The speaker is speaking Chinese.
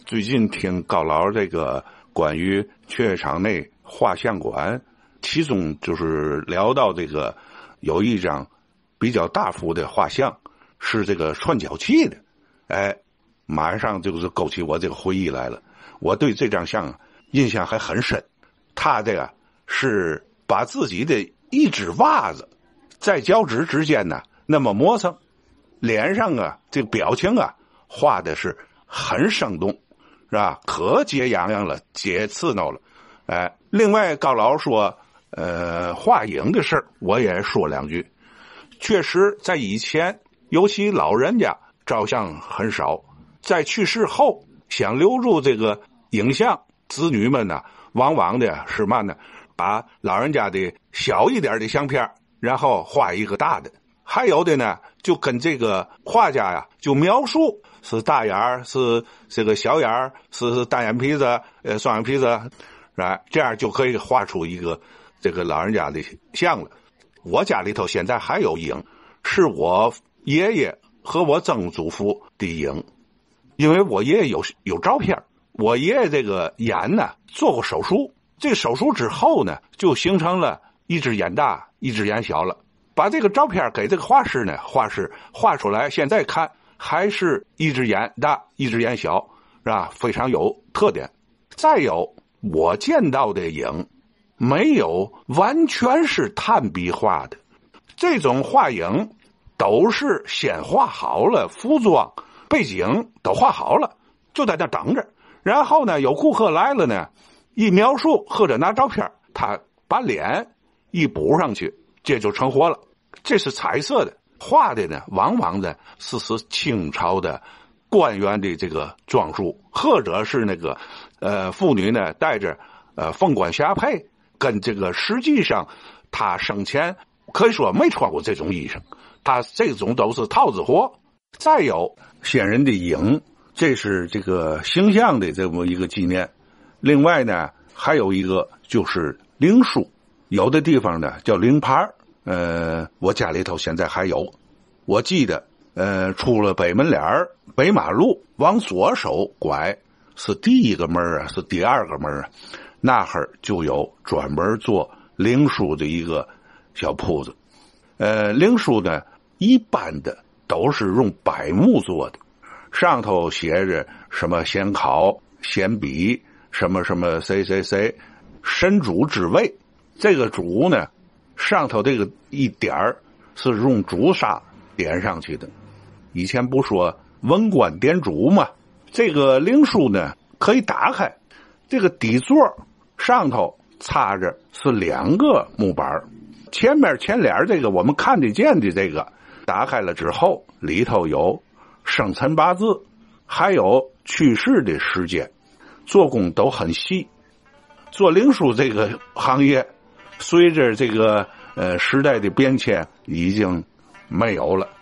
最近听高老这个关于雀跃场内画像馆，其中就是聊到这个有一张比较大幅的画像是这个串脚器的，马上就是勾起我这个回忆来了。我对这张像印象还很深，他这个是把自己的一只袜子在脚趾之间呢那么磨蹭，脸上啊这个表情啊画的是很生动，是吧？可解痒痒了，解刺挠了。另外高老说画影的事儿我也说两句。确实在以前，尤其老人家照相很少，在去世后想留住这个影像，子女们呢往往的是嘛呢，把老人家的小一点的相片然后画一个大的，还有的呢就跟这个画家呀就描述是大眼儿，是这个小眼儿，是单眼皮子，双眼皮子，这样就可以画出一个这个老人家的像了。我家里头现在还有影，是我爷爷和我曾祖父的影，因为我爷爷有照片。我爷爷这个眼呢做过手术，这个手术之后呢就形成了一只眼大一只眼小了。把这个照片给这个画师呢，画师画出来，现在看还是一只眼大一只眼小，是吧？非常有特点。再有我见到的影没有完全是炭笔画的，这种画影都是先画好了，服装背景都画好了，就在那等着。然后呢有顾客来了呢，一描述或者拿照片，他把脸一补上去，这就成活了。这是彩色的，画的呢往往的是清朝的官员的这个装束，或者是那个妇女呢带着凤冠霞帔，跟这个实际上他生前可以说没穿过这种衣裳，他这种都是套子货。再有先人的影，这是这个形象的这么一个纪念。另外呢还有一个就是灵书，有的地方呢叫灵牌，我家里头现在还有。我记得出了北门脸北马路往左手拐，是第一个门啊是第二个门啊，那会儿就有专门做灵书的一个小铺子。灵书呢一般的都是用柏木做的，上头写着什么显考显笔什么什么谁谁谁神主之位，这个主呢上头这个一点儿是用朱砂点上去的。以前不说文官点主吗？这个灵书呢可以打开，这个底座上头插着是两个木板，前面前脸这个我们看得见的这个打开了之后，里头有生辰八字，还有去世的时间，做工都很细。做灵书这个行业随着这个时代的变迁已经没有了。